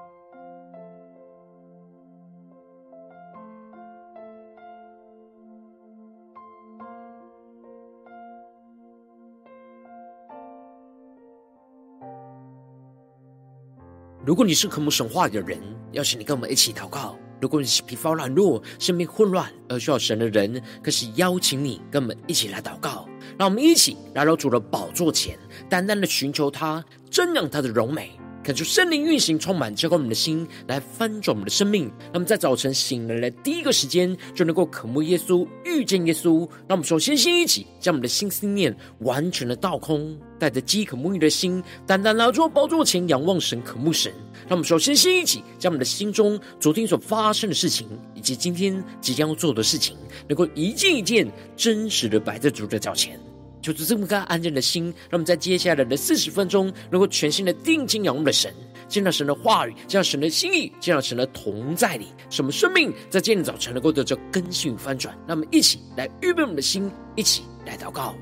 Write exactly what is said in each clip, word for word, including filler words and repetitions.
如果你是渴慕神话语的人，邀请你跟我们一起祷告。如果你是疲乏软弱、生命混乱而需要神的人，更是邀请你跟我们一起来祷告。让我们一起来到主的宝座前，单单的寻求他，瞻仰他的荣美，恳求圣灵运行充满浇灌我们的心，来翻转我们的生命。那么在早晨醒来的第一个时间，就能够渴慕耶稣，遇见耶稣。让我们首先先一起将我们的心思念完全的倒空，带着饥渴沐浴的心，单单来到宝座前仰望神，渴慕神。让我们首先先一起将我们的心中昨天所发生的事情，以及今天即将要做的事情，能够一件一件真实的摆在主的脚前。就是这么个安静的心，让我们在接下来的四十分钟，能够全心的定睛仰望的神，见到神的话语，见到神的心意，见到神的同在里，使我们生命在今天早晨能够得到更新与翻转。让我们一起来预备我们的心，一起来祷告。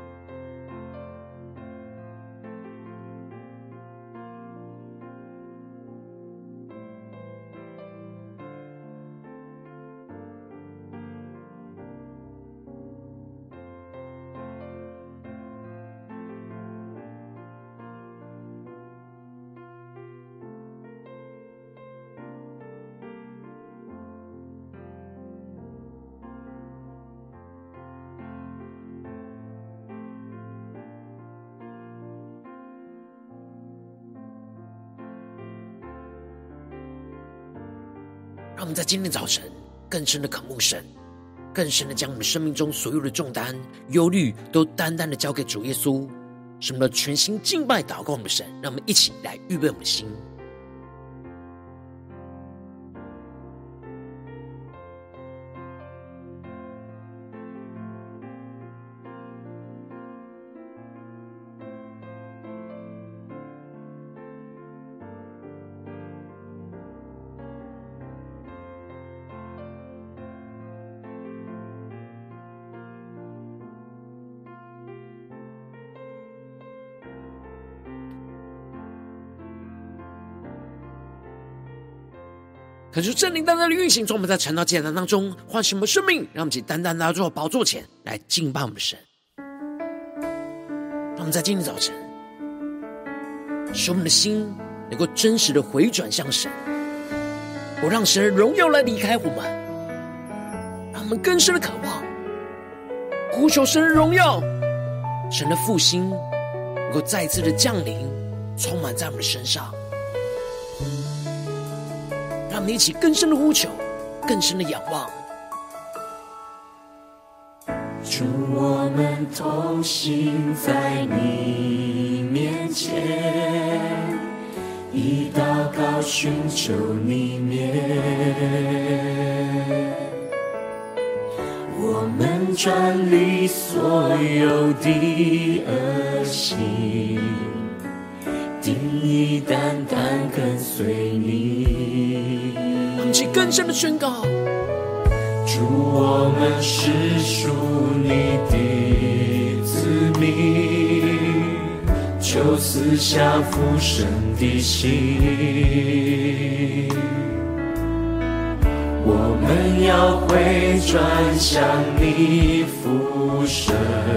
让我们在今天早晨更深的渴慕神，更深的将我们生命中所有的重担、忧虑都单单的交给主耶稣，使我们的全心敬拜祷告我们的神。让我们一起来预备我们的心。恳求圣灵单单的运行，从我们在晨祷祭坛当中唤醒我们生命，让我们一起单单来到宝座前来敬拜我们的神。让我们在今天早晨，使我们的心能够真实的回转向神，不让神的荣耀来离开我们，让我们更深的渴望呼求神的荣耀，神的复兴能够再一次的降临，充满在我们的身上。让我们一起更深的呼求，更深的仰望。 主，我们同行在你面前，以祷告寻求你面。我们转离所有的恶行，定义单单跟随你。 我们一起更深的宣告： 主，我们是属你的子民，求赐下父神的心。我们要回转向你父神，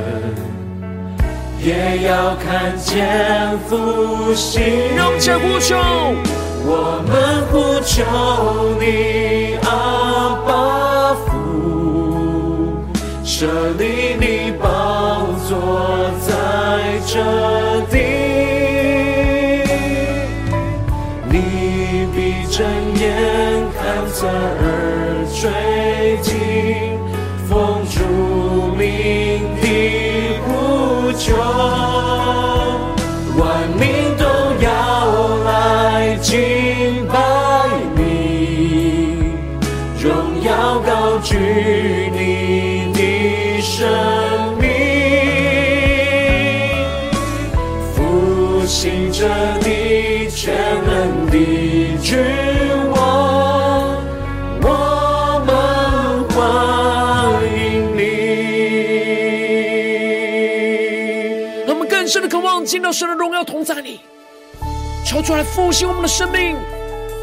也要看见复兴。 让我们一起呼求， 我们呼求你，阿爸父，设立你宝座在这地，你必睁眼看侧耳垂听，奉主名的呼求，万民都要来敬拜你，荣耀高举你的生命，复兴这地全能的君王，我们欢迎你。 让我们更深的渴望见到神的荣耀同在里，求出来复兴我们的生命，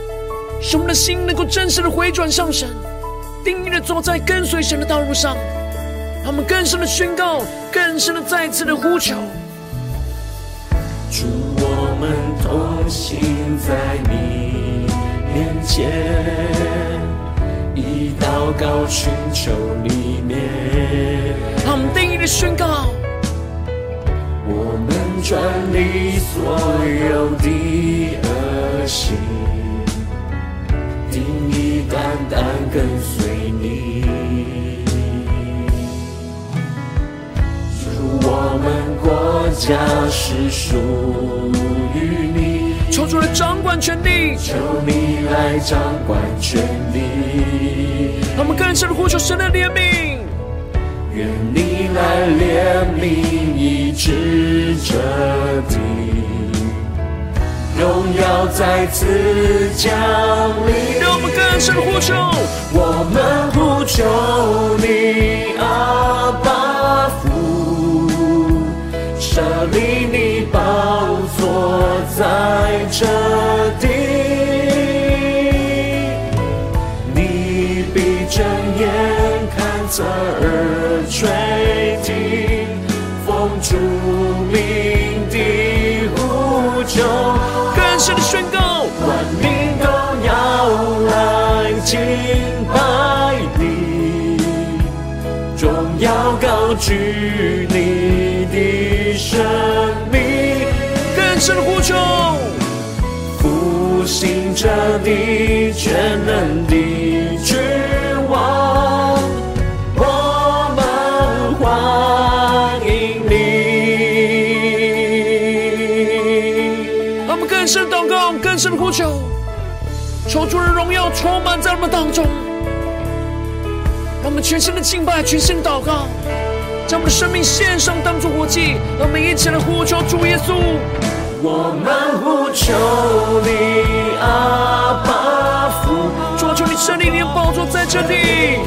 使我们的心能够真实的回转向神，定义的走在跟随神的道路上，让我们更深的宣告，更深的再次的呼求。 主，我们同行在你面前，以祷告寻求里面， 让我们定义的宣告， 我们专离所有的恶行，定义单单跟随你。主，我们国家是属于你， 求主来掌管权力， 求你来掌管权力， 让我们更深的呼求神的怜悯， 愿你来怜悯医治这地，荣耀再次降临。 让我们更深的呼求， 我们呼求你，阿爸父，设立你宝座在这地，你必睁眼看侧耳垂听，奉主名的呼求， 更深的宣告， 万民都要来敬拜你，荣耀高举你的生命， 更深的呼求， 复兴着你全能的君王，我们欢迎你。 让我们更深的祷告，更深的呼求，求主的荣耀充满在我们当中，让我们全身的敬拜，全身的祷告，将我们的生命献上当作活祭。让我们一起来呼求主耶稣， 我们呼求你，阿爸父， 主啊，求你设立你的宝座在这里，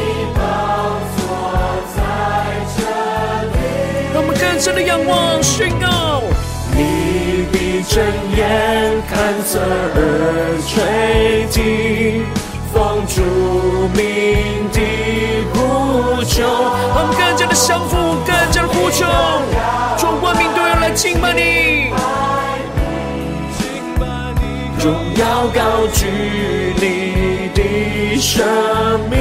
让我们更深的仰望宣告， 你必睁眼看侧耳垂听，奉主名的呼求， 让我们更加的降服，更加的呼求，众万民都要来敬拜你， 荣耀高举你的生命，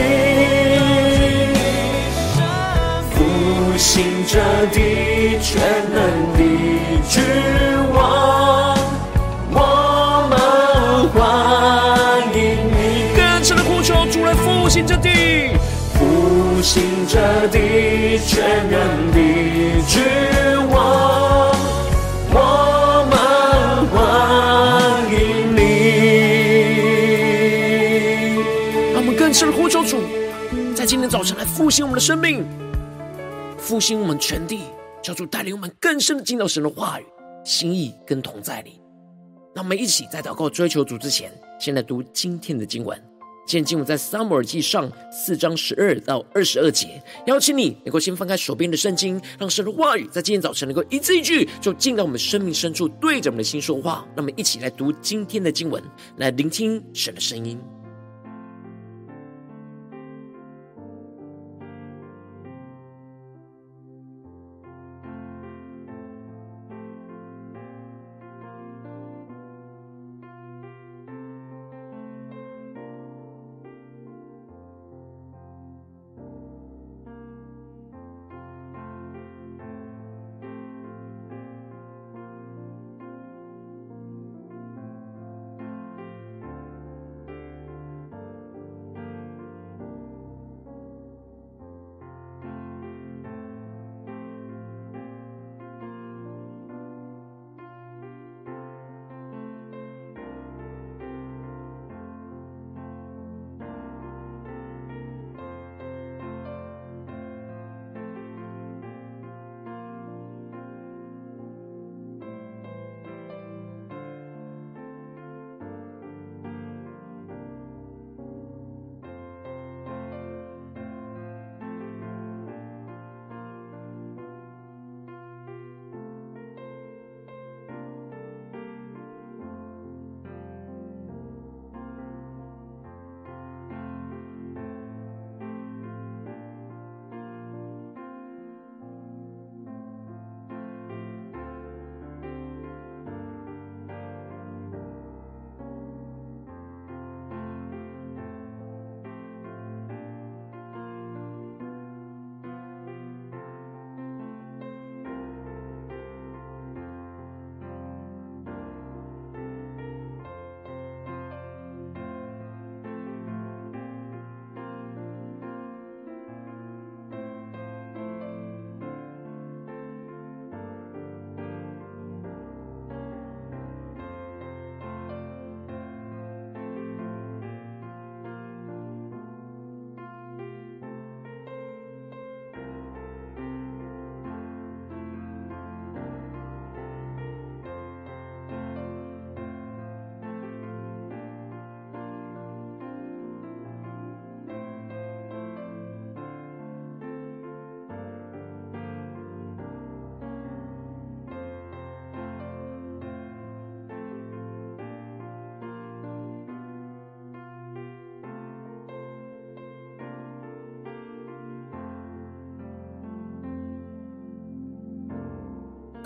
复兴着的全能的君王，我们欢迎你， 更深的呼求，主来复兴这地， 复兴着的全能的君王，我们欢迎你。 让我们更深的呼求主，在今天早晨来复兴我们的生命，复兴我们全地，叫主带领我们更深的进到神的话语、心意跟同在里。让我们一起在祷告追求主之前，先来读今天的经文。今天经文在撒母耳记上四章十二到二十二节。邀请你能够先翻开手边的圣经，让神的话语在今天早晨能够一字一句就进到我们生命深处，对着我们的心说话。让我们一起来读今天的经文，来聆听神的声音。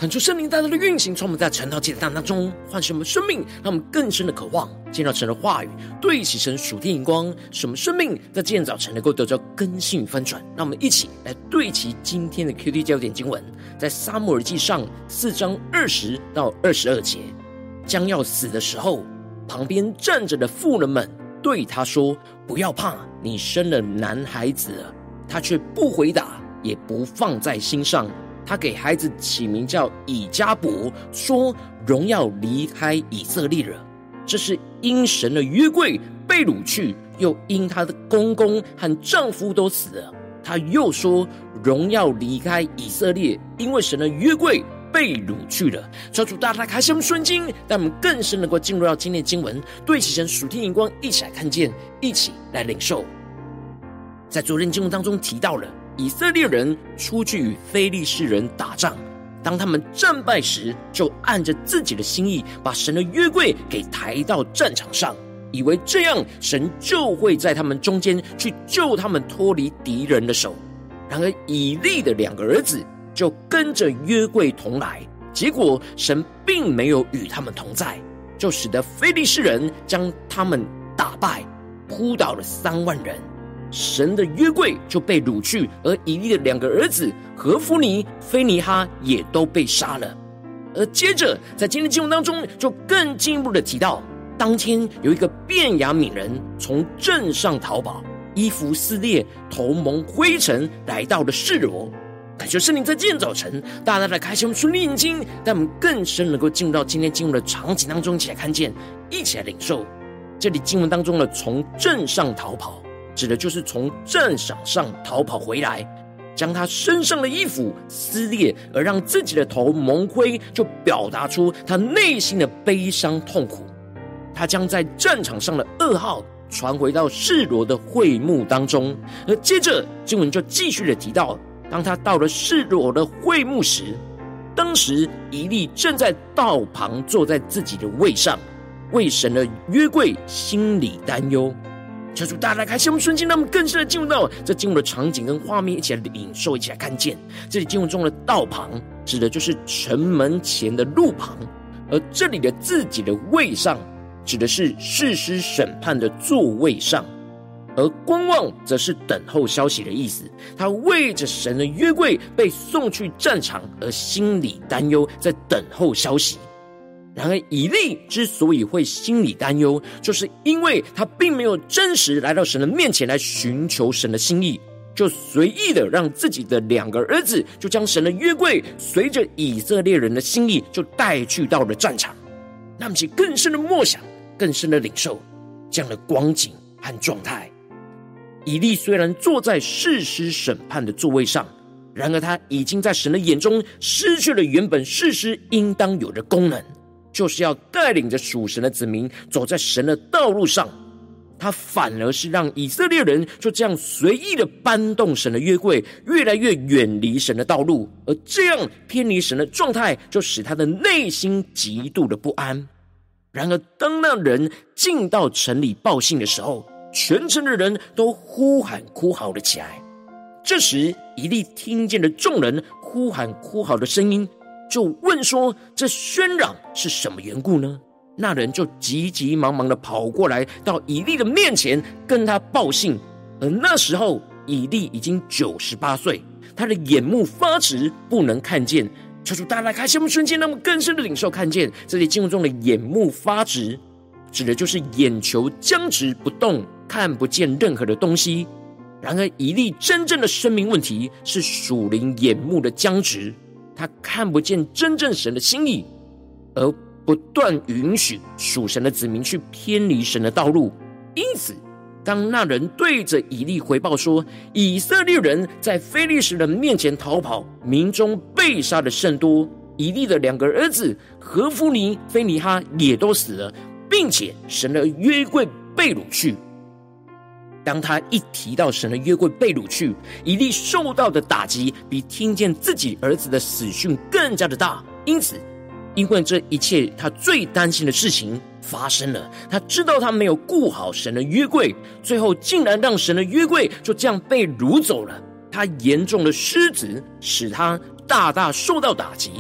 恳求圣灵大大的运行，从我们在晨祷祭坛当中唤醒我们生命，让我们更深的渴望见到神的话语，对齐神属天荧光，使我们生命在今天早晨能够得到更新与翻转。让我们一起来对齐今天的 Q T 焦点经文，在撒母耳记上四章二十到二十二节。将要死的时候，旁边站着的妇人们对他说：不要怕，你生了男孩子了。他却不回答，也不放在心上。他给孩子起名叫以迦伯，说荣耀离开以色列了。这是因神的约柜被掳去，又因她的公公和丈夫都死了。他又说荣耀离开以色列，因为神的约柜被掳去了。求主大大开箱顺经，让我们更深能够进入到今天的经文，对齐神属天荧光，一起来看见，一起来领受。在昨天经文当中提到了以色列人出去与非利士人打仗，当他们战败时，就按着自己的心意把神的约柜给抬到战场上，以为这样神就会在他们中间去救他们脱离敌人的手。然而以利的两个儿子就跟着约柜同来，结果神并没有与他们同在，就使得非利士人将他们打败，扑倒了三万人。神的约柜就被掳去，而以利的两个儿子何弗尼、非尼哈也都被杀了。而接着在今天经文当中就更进一步的提到，当天有一个便雅悯人从镇上逃跑，衣服撕裂，头蒙灰尘，来到了示罗。感谢圣灵在今天早晨大大的开启我们属灵眼睛，让我们更深能够进入到今天经文的场景当中，一起来看见，一起来领受。这里经文当中的从镇上逃跑，指的就是从战场上逃跑回来，将他身上的衣服撕裂，而让自己的头蒙灰，就表达出他内心的悲伤痛苦。他将在战场上的噩耗传回到示罗的会幕当中，而接着经文就继续的提到，当他到了示罗的会幕时，当时以利正在道旁坐在自己的位上，为神的约柜心里担忧。求主大大开启我们瞬间，让我们更深的进入到这经文的场景跟画面，一起来领受，一起来看见。这里经文中的道旁指的就是城门前的路旁，而这里的自己的位上指的是士师审判的座位上，而观望则是等候消息的意思。他为着神的约柜被送去战场而心里担忧，在等候消息。然而以利之所以会心里担忧，就是因为他并没有真实来到神的面前来寻求神的心意，就随意的让自己的两个儿子就将神的约柜随着以色列人的心意就带去到了战场。那么其更深的默想，更深的领受这样的光景和状态。以利虽然坐在士师审判的座位上，然而他已经在神的眼中失去了原本士师应当有的功能，就是要带领着属神的子民走在神的道路上。他反而是让以色列人就这样随意的搬动神的约柜，越来越远离神的道路，而这样偏离神的状态，就使他的内心极度的不安。然而当那人进到城里报信的时候，全城的人都呼喊哭嚎了起来。这时以利听见了众人呼喊哭嚎的声音，就问说，这喧嚷是什么缘故呢？那人就急急忙忙的跑过来到以利的面前跟他报信。而那时候以利已经九十八岁，他的眼目发直，不能看见。求主大大开启我们瞬间，让我们更深的领受看见。这里经文中的眼目发直指的就是眼球僵直不动，看不见任何的东西。然而以利真正的生命问题是属灵眼目的僵直，他看不见真正神的心意，而不断允许属神的子民去偏离神的道路。因此当那人对着以利回报说，以色列人在非利士人面前逃跑，民中被杀的甚多，以利的两个儿子何弗尼、非尼哈也都死了，并且神的约柜被掳去。当他一提到神的约柜被掳去，以利受到的打击比听见自己儿子的死讯更加的大。因此因为这一切他最担心的事情发生了，他知道他没有顾好神的约柜，最后竟然让神的约柜就这样被掳走了。他严重的失职，使他大大受到打击。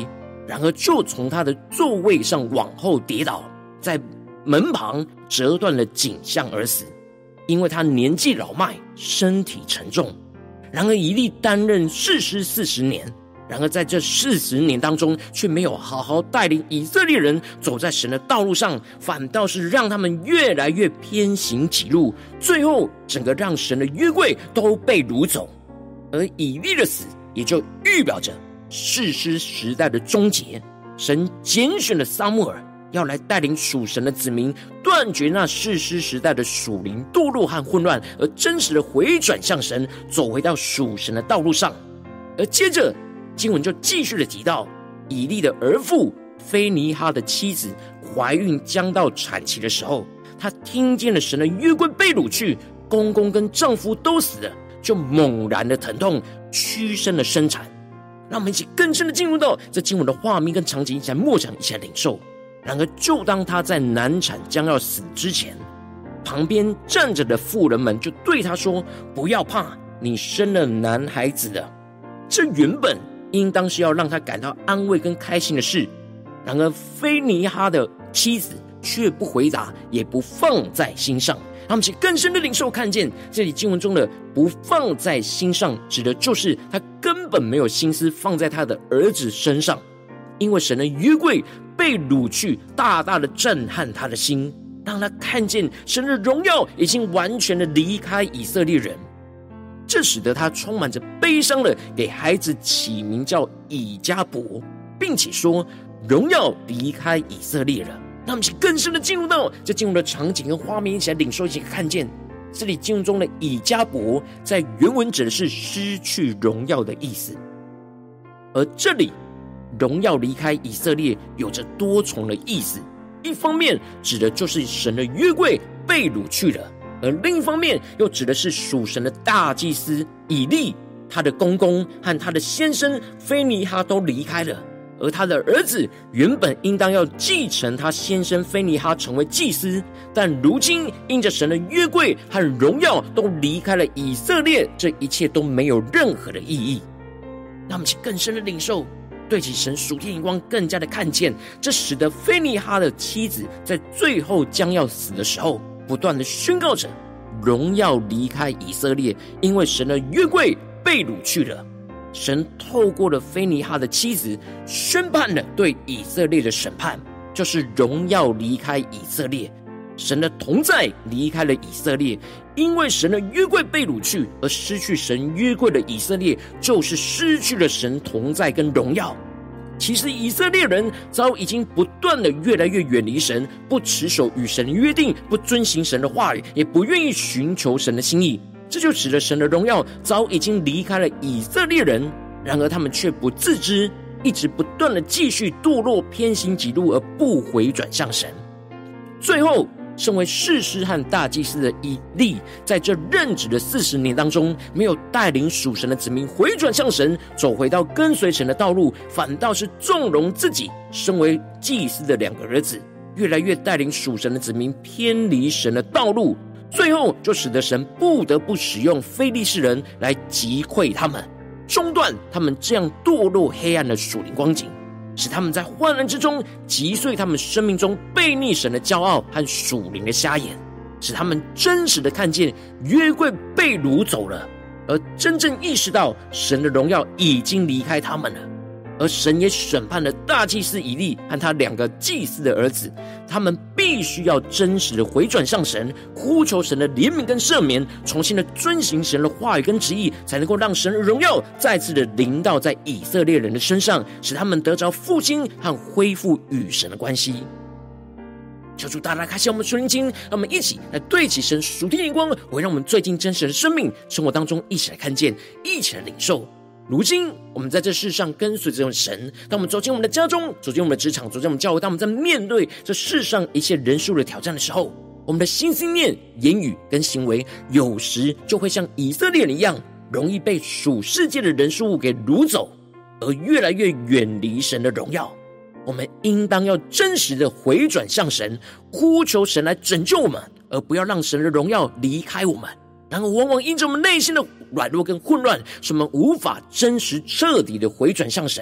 然而就从他的座位上往后跌倒，在门旁折断了颈项而死，因为他年纪老迈，身体沉重。然而以利担任士师四十年，然而在这四十年当中，却没有好好带领以色列人走在神的道路上，反倒是让他们越来越偏行己路，最后整个让神的约柜都被掳走。而以利的死也就预表着士师时代的终结，神拣选了撒母耳，要来带领属神的子民断绝那士师时代的属灵堕落和混乱，而真实的回转向神，走回到属神的道路上。而接着经文就继续的提到，以利的儿妇菲尼哈的妻子怀孕将到产期的时候，她听见了神的约柜被掳去，公公跟丈夫都死了，就猛然的疼痛，屈身的生产。让我们一起更深的进入到这经文的画面跟场景，一起来默想，一起来领受。然而就当她在难产将要死之前，旁边站着的妇人们就对她说，不要怕，你生了男孩子了。这原本应当是要让她感到安慰跟开心的事，然而菲尼哈的妻子却不回答，也不放在心上。他们且更深的领受看见，这里经文中的不放在心上，指的就是他根本没有心思放在他的儿子身上，因为神的约柜被掳去，大大的震撼他的心，让他看见神的荣耀已经完全的离开以色列人。这使得他充满着悲伤的给孩子起名叫以迦伯，并且说荣耀离开以色列了。让我们更深的进入到这进入的场景跟画面，一起来领受，一起来看见这里经文中的以迦伯在原文指的是失去荣耀的意思，而这里荣耀离开以色列有着多重的意思，一方面指的就是神的约柜被掳去了，而另一方面又指的是属神的大祭司以利，他的公公和他的先生菲尼哈都离开了，而他的儿子原本应当要继承他先生菲尼哈成为祭司，但如今因着神的约柜和荣耀都离开了以色列，这一切都没有任何的意义。让我们更深的领受，对起神属天眼光，更加的看见，这使得菲尼哈的妻子在最后将要死的时候，不断的宣告着荣耀离开以色列，因为神的约柜被掳去了。神透过了菲尼哈的妻子宣判了对以色列的审判，就是荣耀离开以色列，神的同在离开了以色列，因为神的约柜被掳去，而失去神约柜的以色列就是失去了神同在跟荣耀。其实以色列人早已经不断的越来越远离神，不持守与神的约定，不遵行神的话语，也不愿意寻求神的心意，这就使得神的荣耀早已经离开了以色列人，然而他们却不自知，一直不断的继续堕落偏行己路，而不回转向神。最后身为士师和大祭司的以利，在这任职的四十年当中，没有带领属神的子民回转向神，走回到跟随神的道路，反倒是纵容自己身为祭司的两个儿子，越来越带领属神的子民偏离神的道路，最后就使得神不得不使用非利士人来击溃他们，中断他们这样堕落黑暗的属灵光景，使他们在患难之中击碎他们生命中悖逆神的骄傲和属灵的瞎眼，使他们真实的看见约柜被掳走了，而真正意识到神的荣耀已经离开他们了。而神也审判了大祭司以利和他两个祭司的儿子，他们必须要真实的回转向神，呼求神的怜悯跟赦免，重新的遵行神的话语跟旨意，才能够让神的荣耀再次的临到在以色列人的身上，使他们得着复兴和恢复与神的关系。求主大大开启我们属灵经，让我们一起来对齐神属天眼光，会让我们最近真实的生命生活当中一起来看见，一起来领受。如今我们在这世上跟随着神，当我们走进我们的家中，走进我们的职场，走进我们教会，当我们在面对这世上一切人数的挑战的时候，我们的心心念、言语跟行为有时就会像以色列人一样，容易被属世界的人事物给掳走，而越来越远离神的荣耀。我们应当要真实的回转向神，呼求神来拯救我们，而不要让神的荣耀离开我们。然而往往因着我们内心的软弱跟混乱，使我们无法真实彻底的回转向神，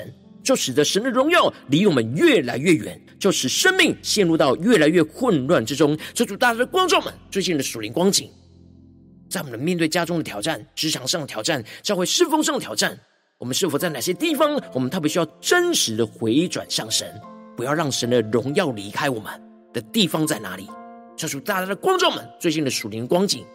就使得神的荣耀离我们越来越远，就使生命陷入到越来越混乱之中。求主大家的光照们最近的属灵光景，在我们面对家中的挑战、职场上的挑战、教会侍奉上的挑战，我们是否在哪些地方我们特别需要真实的回转向神，不要让神的荣耀离开我们的地方在哪里？求主大家的光照们最近的属灵光景。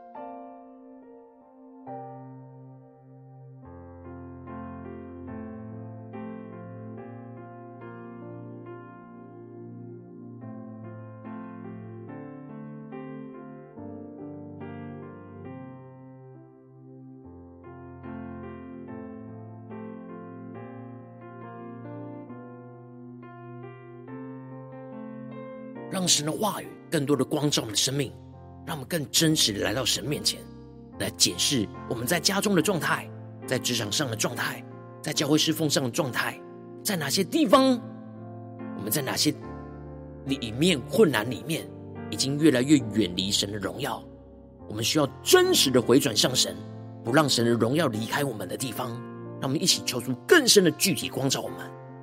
让神的话语更多的光照我们的生命，让我们更真实的来到神面前，来检视我们在家中的状态，在职场上的状态，在教会侍奉上的状态，在哪些地方，我们在哪些里面困难里面已经越来越远离神的荣耀。我们需要真实的回转向神，不让神的荣耀离开我们的地方。让我们一起求出更深的具体光照我们。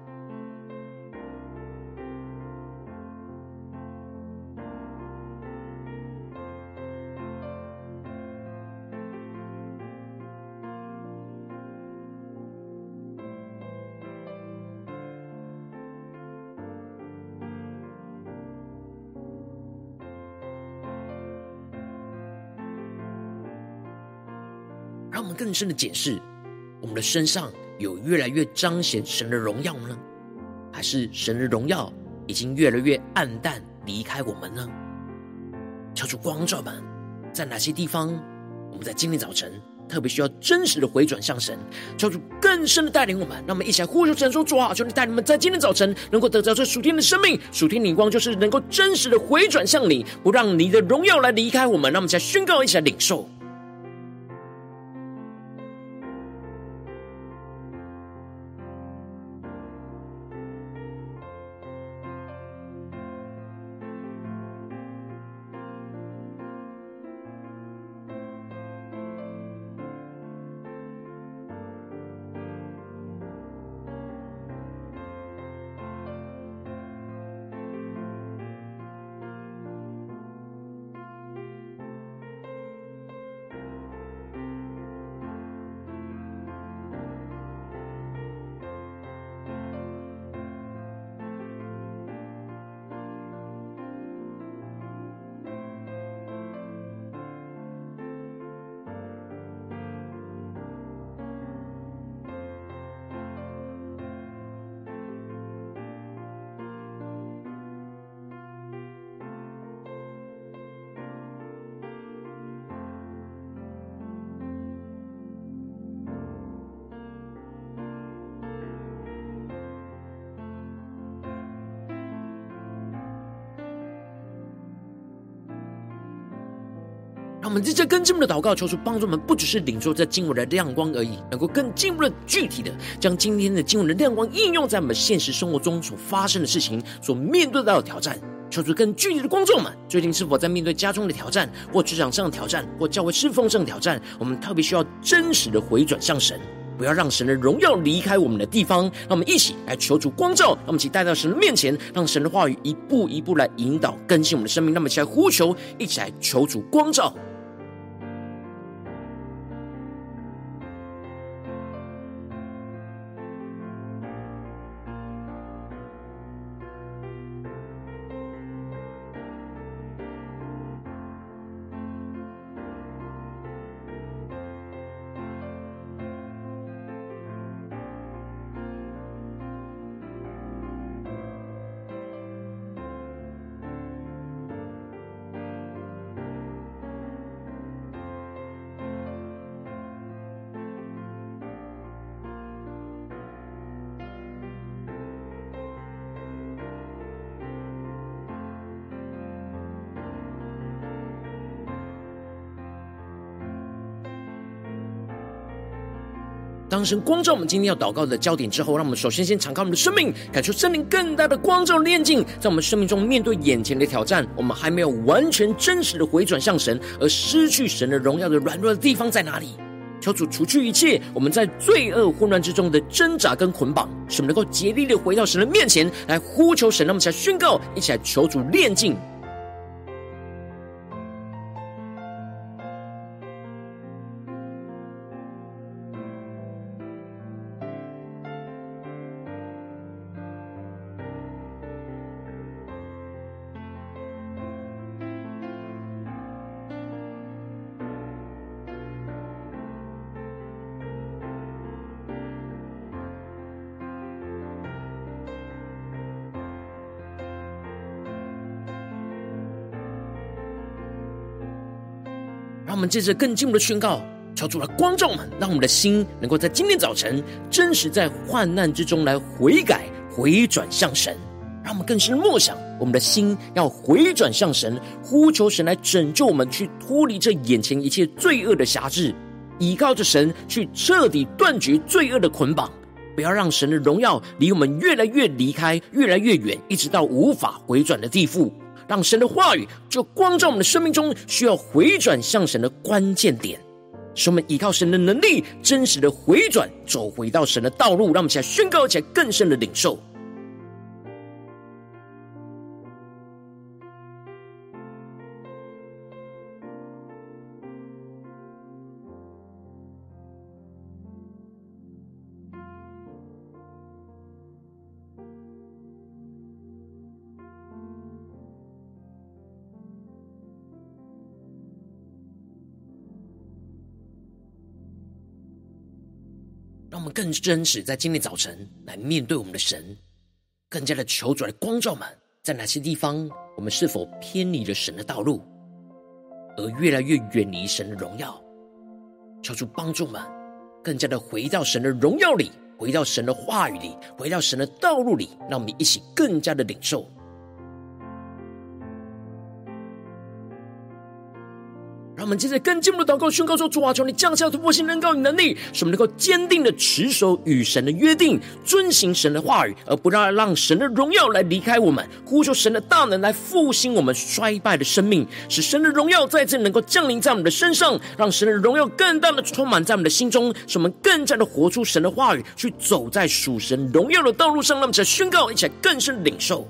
让我们更深的检视，我们的身上有越来越彰显神的荣耀呢，还是神的荣耀已经越来越暗淡离开我们呢？求主光照们，在哪些地方我们在今天早晨特别需要真实的回转向神，求主更深的带领我们。让我们一起来呼求神说，主啊，求你带领我们在今天早晨能够得到这属天的生命，属天的光，就是能够真实的回转向你，不让你的荣耀来离开我们。让我们一起来宣告，一起来领受。让我们在这更进一步的祷告，求主帮助我们，不只是领受这经文的亮光而已，能够更进一步的具体的将今天的经文的亮光应用在我们现实生活中所发生的事情，所面对到的挑战。求主更具体的光照们，最近是否在面对家中的挑战，或职场上的挑战，或教会侍奉上的挑战，我们特别需要真实的回转向神，不要让神的荣耀离开我们的地方。让我们一起来求主光照，让我们一起带到神的面前，让神的话语一步一步来引导更新我们的生命。让我们一起来呼求，一起来求主光照。当神光照我们今天要祷告的焦点之后，让我们首先先敞开我们的生命，感受圣灵更大的光照炼净，在我们生命中面对眼前的挑战，我们还没有完全真实的回转向神，而失去神的荣耀的软弱的地方在哪里？ 求主除去一切我们在罪恶混乱之中的挣扎跟捆绑，使我们能够竭力的回到神的面前来呼求神。让我们一起来宣告，一起来求主炼净。让我们接着更进一步的宣告，求主来光照我们，让我们的心能够在今天早晨真实在患难之中来悔改回转向神。让我们更深默想，我们的心要回转向神，呼求神来拯救我们，去脱离这眼前一切罪恶的辖制，依靠着神去彻底断绝罪恶的捆绑，不要让神的荣耀离我们越来越离开，越来越远，一直到无法回转的地步。让神的话语就光照我们的生命中需要回转向神的关键点，使我们依靠神的能力真实的回转，走回到神的道路。让我们一起来宣告，一起来更深的领受。让我们更真实在今天早晨来面对我们的神，更加的求主来光照我们，在哪些地方我们是否偏离了神的道路，而越来越远离神的荣耀。求主帮助我们更加的回到神的荣耀里，回到神的话语里，回到神的道路里，让我们一起更加的领受。让我们接着更进一步的祷告宣告说，主啊，求你降下突破性恩膏与能力，使我们能够坚定的持守与神的约定，遵行神的话语，而不让让神的荣耀来离开我们，呼求神的大能来复兴我们衰败的生命，使神的荣耀再次能够降临在我们的身上，让神的荣耀更大的充满在我们的心中，使我们更加的活出神的话语，去走在属神荣耀的道路上。让我们一起来宣告，一起来更深领受。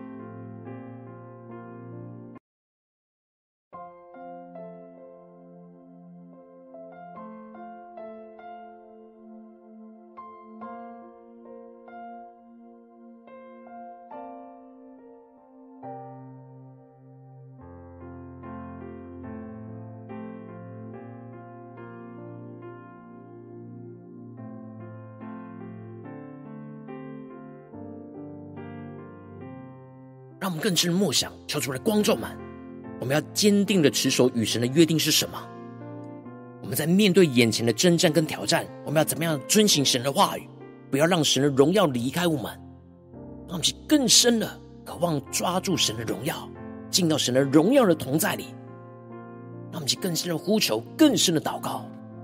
让我们更深默想，求主来光照们，我们要坚定的持守与神的约定是什么？我们在面对眼前的征战跟挑战，我们要怎么样遵行神的话语，不要让神的荣耀离开我们，让我们更深的渴望抓住神的荣耀，进到神的荣耀的同在里，让我们更深的呼求，更深的祷告。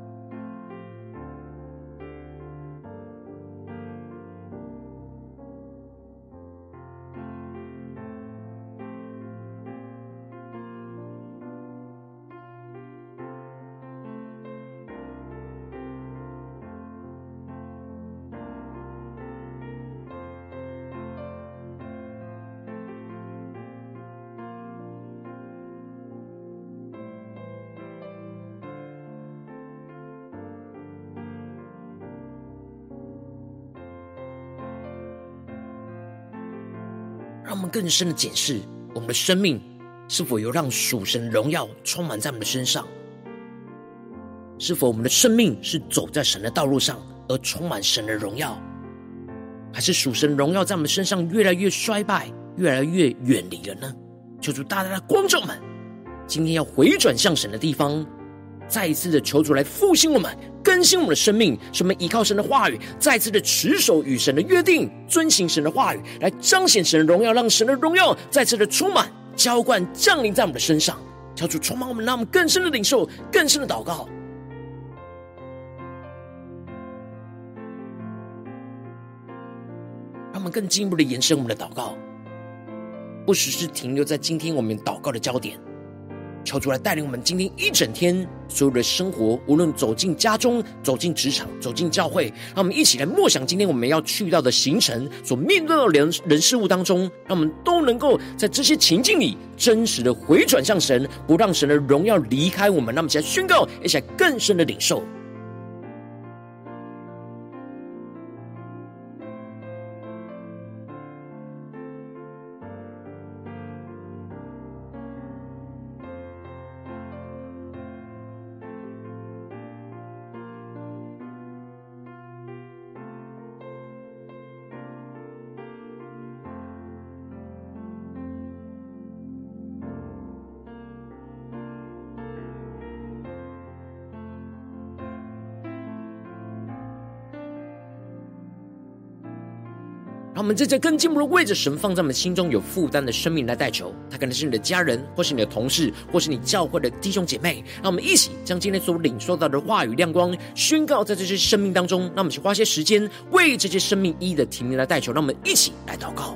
让我们更深的检视我们的生命是否有让属神荣耀充满在我们的身上，是否我们的生命是走在神的道路上而充满神的荣耀，还是属神荣耀在我们身上越来越衰败，越来越远离了呢？求主大大的光照们今天要回转向神的地方，再一次的求主来复兴我们，更新我们的生命，使我们依靠神的话语，再次的持守与神的约定，遵行神的话语，来彰显神的荣耀，让神的荣耀再次的充满浇灌降临在我们的身上。求主充满我们，让我们更深的领受，更深的祷告。让我们更进一步的延伸我们的祷告，不只是停留在今天我们祷告的焦点， 求主来带领我们今天一整天所有的生活，无论走进家中、走进职场、走进教会，让我们一起来默想今天我们要去到的行程所面对的人人事物当中，让我们都能够在这些情境里真实的回转向神，不让神的荣耀离开我们。让我们一起来宣告，一起来更深的领受。让我们在这更进一步的为着神放在我们心中有负担的生命来代求，他可能是你的家人，或是你的同事，或是你教会的弟兄姐妹。让我们一起将今天所领受到的话语亮光宣告在这些生命当中。让我们去花些时间为这些生命一一的提名来代求。让我们一起来祷告。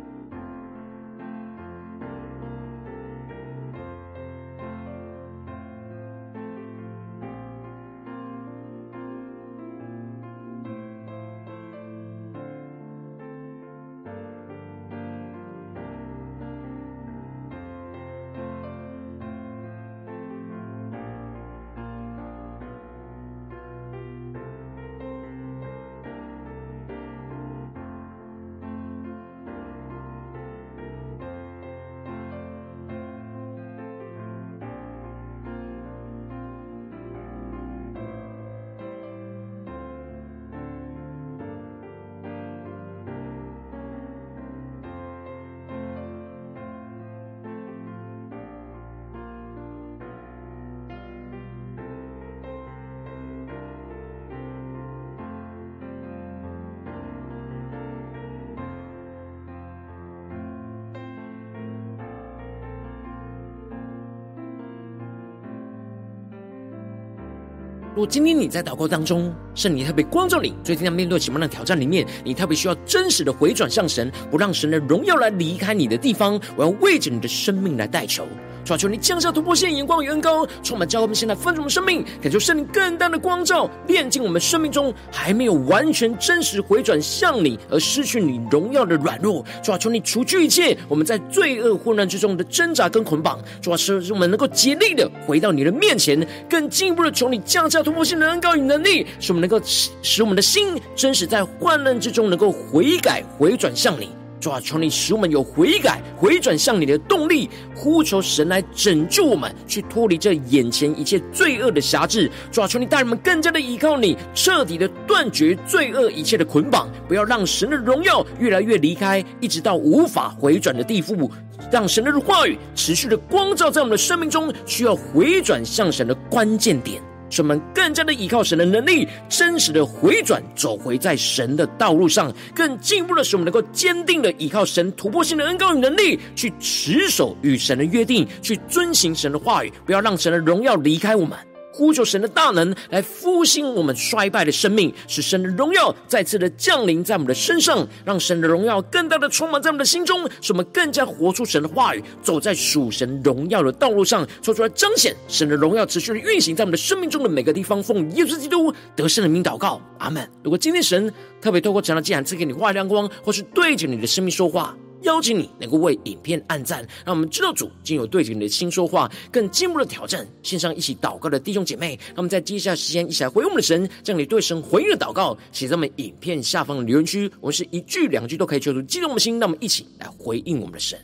如果今天你在祷告当中，圣灵特别光照你，最近在面对什么样的挑战里面，你特别需要真实的回转向神，不让神的荣耀来离开你的地方，我要为着你的生命来代求。主啊，求你降下突破线眼光与恩膏，充满教会我们现在分盛的生命，恳求圣灵更大的光照，炼净我们生命中还没有完全真实回转向你而失去你荣耀的软弱。主啊，求你除去一切我们在罪恶混乱之中的挣扎跟捆绑。主啊，使我们能够竭力的回到你的面前，更进一步的求你降下突破性的恩膏与能力，使我们能够使我们的心真实在患难之中能够悔改回转向你。主啊，求你使我们有悔改回转向你的动力，呼求神来拯救我们，去脱离这眼前一切罪恶的辖制。主啊，求你带我们更加的依靠你，彻底的断绝罪恶一切的捆绑，不要让神的荣耀越来越离开，一直到无法回转的地步。让神的话语持续的光照在我们的生命中需要回转向神的关键点，使我们更加的依靠神的能力，真实的回转，走回在神的道路上，更进一步的使我们能够坚定的依靠神突破性的恩膏与能力，去持守与神的约定，去遵行神的话语，不要让神的荣耀离开我们。呼求神的大能来复兴我们衰败的生命，使神的荣耀再次的降临在我们的身上，让神的荣耀更大的充满在我们的心中，使我们更加活出神的话语，走在属神荣耀的道路上，说出来彰显神的荣耀持续的运行在我们的生命中的每个地方。奉耶稣基督得胜的名祷告，阿们。如果今天神特别透过这样的祭坛赐给你话语亮光，或是对着你的生命说话，邀请你能够为影片按赞，让我们知道主经有对着你的心说话，更进一步的挑战线上一起祷告的弟兄姐妹，让我们在接下来时间一起来回应我们的神，将你对神回应的祷告写在我们影片下方的留言区，我们是一句两句都可以求主激动我们的心，让我们一起来回应我们的神。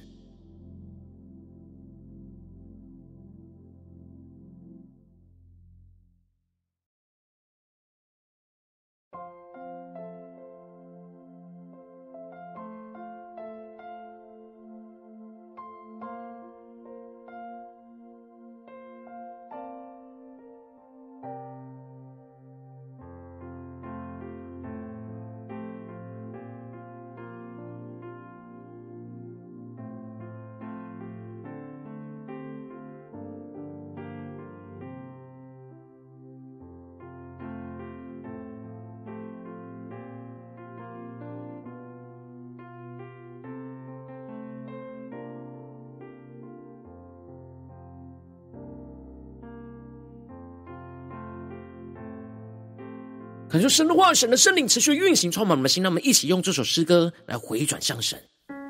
恳求神的话语、神的圣灵持续运行，充满我们的心。让我们一起用这首诗歌来回转向神，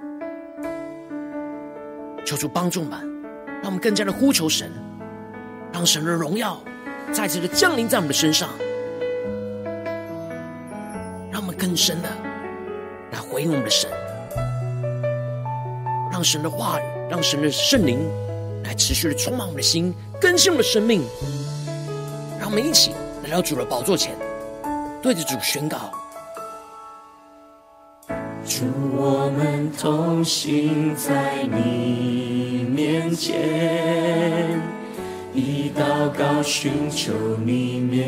求主帮助我们，让我们更加的呼求神，让神的荣耀再次的降临在我们的身上，让我们更深的来回应我们的神，让神的话语，让神的圣灵来持续的充满我们的心，更新我们的生命。让我们一起来到主的宝座前，对着主宣告： 主，我们同行在你面前，以祷告寻求你面。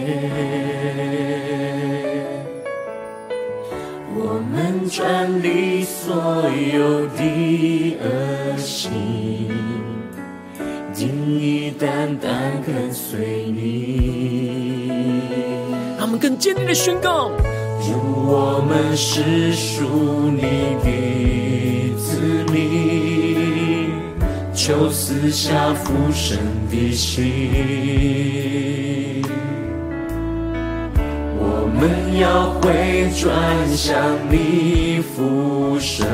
我们转离所有的恶行，定义单单跟随你。 让我们更坚定的宣告： 主，我们是属你的子民，求赐下复生的心。我们要回转向你复生，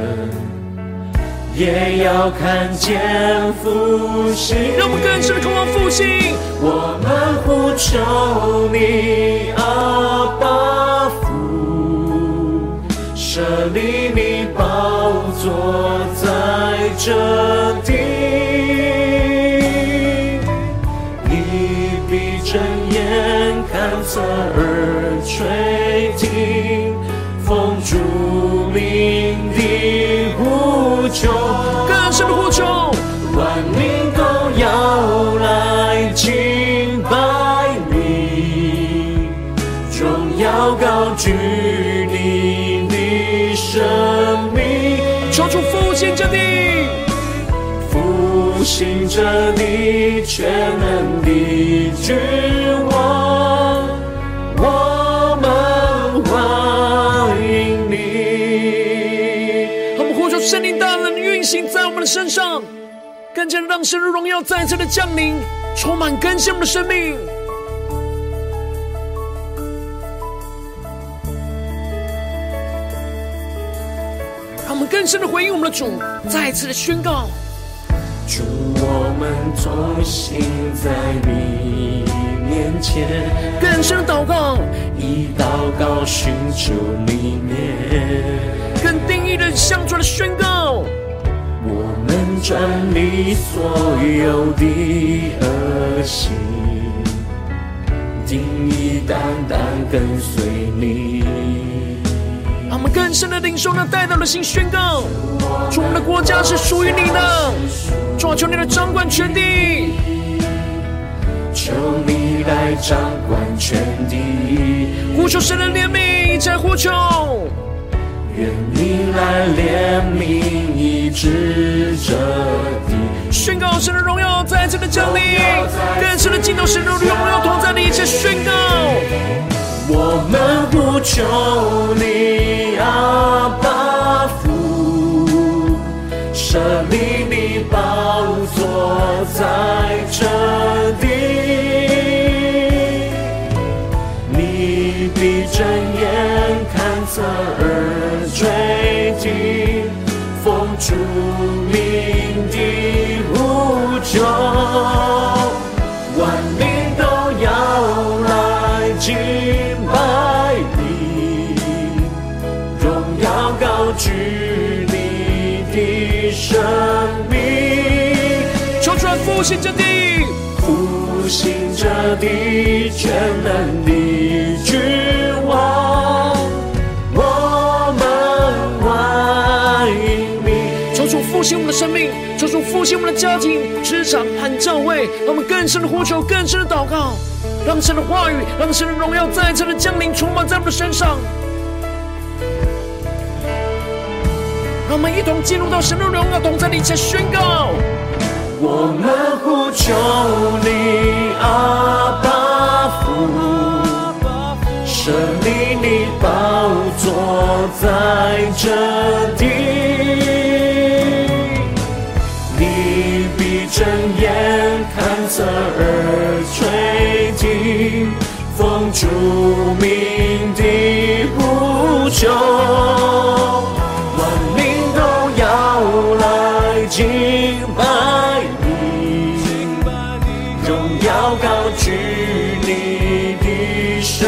也要看见复兴。 让我们更深的渴望复兴。 我们呼求你，阿爸父，设立你宝座在这地，你必睁眼看侧耳垂听，奉主名的呼求， 更深的呼求， 万民都要来敬拜你，荣耀高举你的生命， 求主复兴这地， 复兴这地，全能的君王，我们欢迎你。 我们呼求圣灵大能的运行在我们的身上，更加让神的荣耀再次的降临，充满更新我们的生命。让我们更深的回应我们的主，再一次的宣告： 主，我们同行在你面前， 更深的祷告， 以祷告寻求你面， 更定义的向主的宣告： 我们转离所有的恶行，定义单单跟随你。 让我们更深的领受那带到的心宣告：主，我们的国家是属于你的，主啊，求你来掌管全地， 求你来掌管全地， 呼求神的怜悯，在呼求， 愿你来怜悯医治这地， 宣告神的荣耀再次的降临，更深的进到神的荣耀同在的一切宣告。 我们呼求你，阿爸父，设立你宝座在这地，你必睁眼看侧耳垂听，奉主名的呼求，万民都要来敬拜你，荣耀高举你的生命， 求主来复兴这地， 复兴这地，全能的君王，我们欢迎你。 求主复兴我们的生命，求主复兴我们的家庭、职场和教会，让我们更深的呼求，更深的祷告，让神的话语，让神的荣耀再次的降临，充满在我们的身上。让我们一同进入到神的荣耀同在里，且宣告： 我们呼求你，阿爸父，设立你宝座在这地，你必睁眼看侧耳垂听，奉奉主名的呼求，万民都要来敬拜你，荣耀高举你的生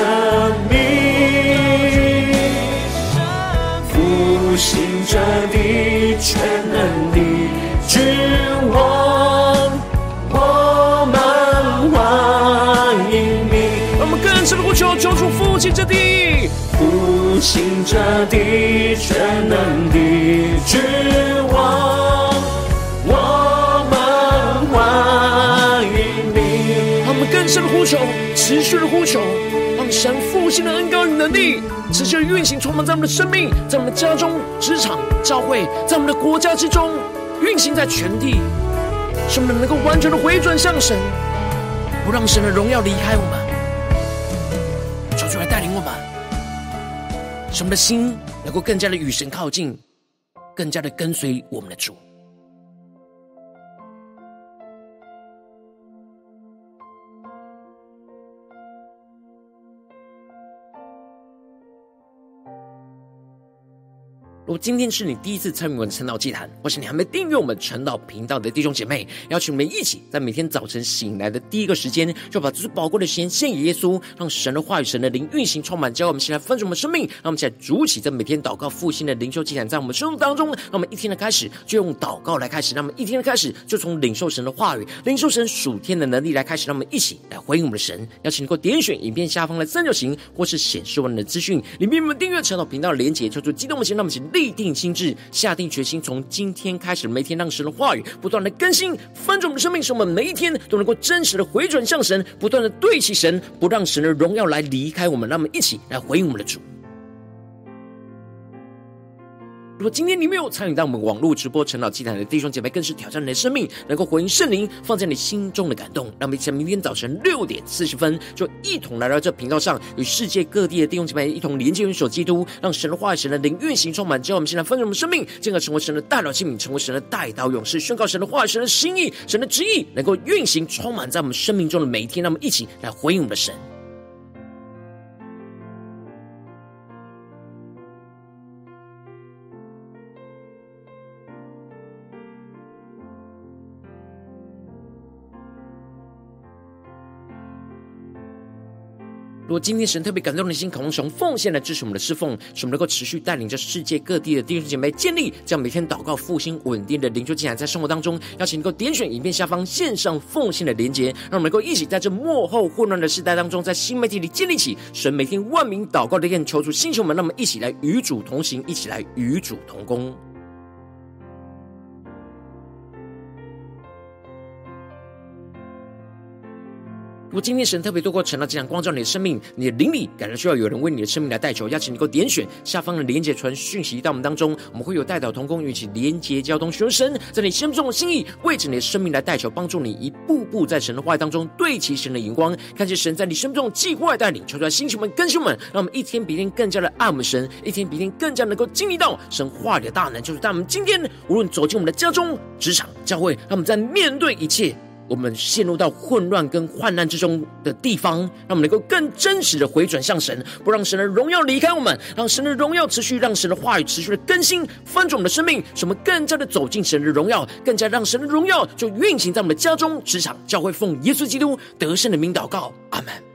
命，复兴者的全能的君王，我们欢迎你。 让我们更深的呼求，求主复兴这地， 复兴者的全能的君王，我们欢迎你。 让我们更深的呼求，持续的呼求，让神复兴的恩膏与能力持续的运行，充满在我们的生命，在我们的家中、职场、教会，在我们的国家之中，运行在全地，使我们能够完全的回转向神，不让神的荣耀离开我们。求主来带领我们，使我们的心能够更加的与神靠近，更加的跟随我们的主。如果今天是你第一次参与我们的晨祷祭坛，或是你还没订阅我们晨祷频道的弟兄姐妹，邀请我们一起在每天早晨醒来的第一个时间，就把最宝贵的时间献给耶稣，让神的话语、神的灵运行充满，教我们起来分盛我们生命，让我们起来筑起这每天祷告复兴的灵修祭坛，在我们生命当中，让我们一天的开始就用祷告来开始，让我们一天的开始就从领受神的话语、领受神属天的能力来开始，让我们一起来回应我们的神。邀请你给我点选影片下方的三角形，或是显示完的资讯里面，我们订阅晨祷频道的连结，求主激动我们心，让我们一起立定心志，下定决心，从今天开始，每天让神的话语不断的更新翻转我们的生命，使我们每一天都能够真实的回转向神，不断的对齐神，不让神的荣耀来离开我们。让我们一起来回应我们的主。如果今天你没有参与到我们网络直播晨祷祭坛的弟兄姐妹，更是挑战你的生命，能够回应圣灵放在你心中的感动。让我们一起在明天早晨六点四十分，就一同来到这频道上，与世界各地的弟兄姐妹一同连接、元首基督，让神的话语、神的灵运行充满。叫我们现在分享我们生命，进而成为神的代祷器皿，成为神的代祷勇士，宣告神的话语、神的心意、神的旨意，能够运行充满在我们生命中的每一天。让我们一起来回应我们的神。如果今天神特别感动的心，渴望从奉献来支持我们的侍奉，使我们能够持续带领着世界各地的弟兄姐妹建立这样每天祷告复兴稳定的灵修进展，在生活当中，邀请能够点选影片下方线上奉献的连结，让我们能够一起在这末后混乱的时代当中，在新媒体里建立起神每天万名祷告的殿，求主星球们，让我们一起来与主同行，一起来与主同工。如果今天神特别透过晨祷这样光照你的生命，你的灵里感到需要有人为你的生命来代求，邀请你能够点选下方的连结传讯息到我们当中，我们会有代祷同工一起连结交通，寻神在你心中的心意，为着你的生命来代求，帮助你一步步在神的话语当中对齐神的眼光，看见神在你生命中的计划带领，求出来星球们更新们，让我们一天比一天更加的爱我们神，一天比一天更加能够经历到神话语的大能。就是在我们今天无论走进我们的家中、职场、教会，让我们在面对一切我们陷入到混乱跟患难之中的地方，让我们能够更真实的回转向神，不让神的荣耀离开我们，让神的荣耀持续，让神的话语持续的更新翻转我们的生命，使我们更加的走进神的荣耀，更加让神的荣耀就运行在我们的家中、职场、教会，奉耶稣基督得胜的名祷告，阿们。